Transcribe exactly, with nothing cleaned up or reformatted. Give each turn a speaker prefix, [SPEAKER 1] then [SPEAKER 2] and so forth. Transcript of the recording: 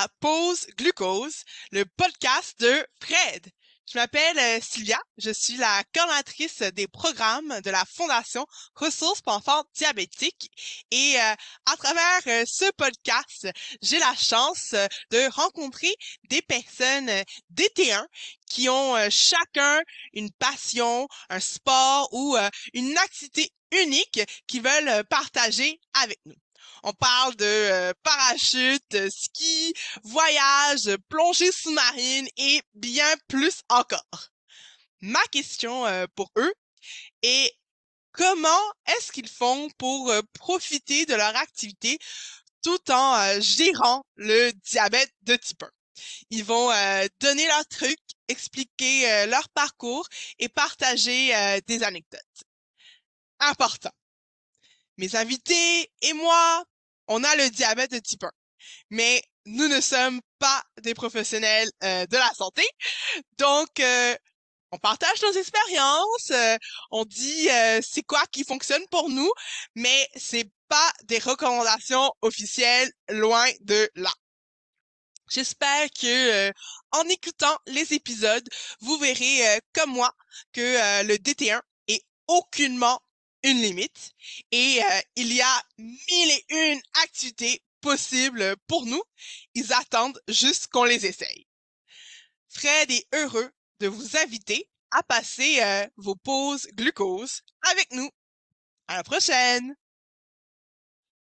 [SPEAKER 1] à Pause Glucose, le podcast de Fred. Je m'appelle euh, Sylvia, je suis la coordinatrice des programmes de la Fondation Ressources pour enfants diabétiques et euh, à travers euh, ce podcast, j'ai la chance euh, de rencontrer des personnes euh, D T un qui ont euh, chacun une passion, un sport ou euh, une activité unique qu'ils veulent euh, partager avec nous. On parle de euh, parachute, euh, ski, voyage, plongée sous-marine et bien plus encore. Ma question euh, pour eux est comment est-ce qu'ils font pour euh, profiter de leur activité tout en euh, gérant le diabète de type un? Ils vont euh, donner leurs trucs, expliquer euh, leur parcours et partager euh, des anecdotes. Important. Mes invités et moi, on a le diabète de type un. Mais nous ne sommes pas des professionnels euh, de la santé. Donc, euh, on partage nos expériences, euh, on dit euh, c'est quoi qui fonctionne pour nous, mais c'est pas des recommandations officielles, loin de là. J'espère que euh, en écoutant les épisodes, vous verrez euh, comme moi que euh, le D T un est aucunement une limite et euh, il y a mille et une activités possibles pour nous. Ils attendent juste qu'on les essaye. Fred est heureux de vous inviter à passer euh, vos pauses glucose avec nous. À la prochaine!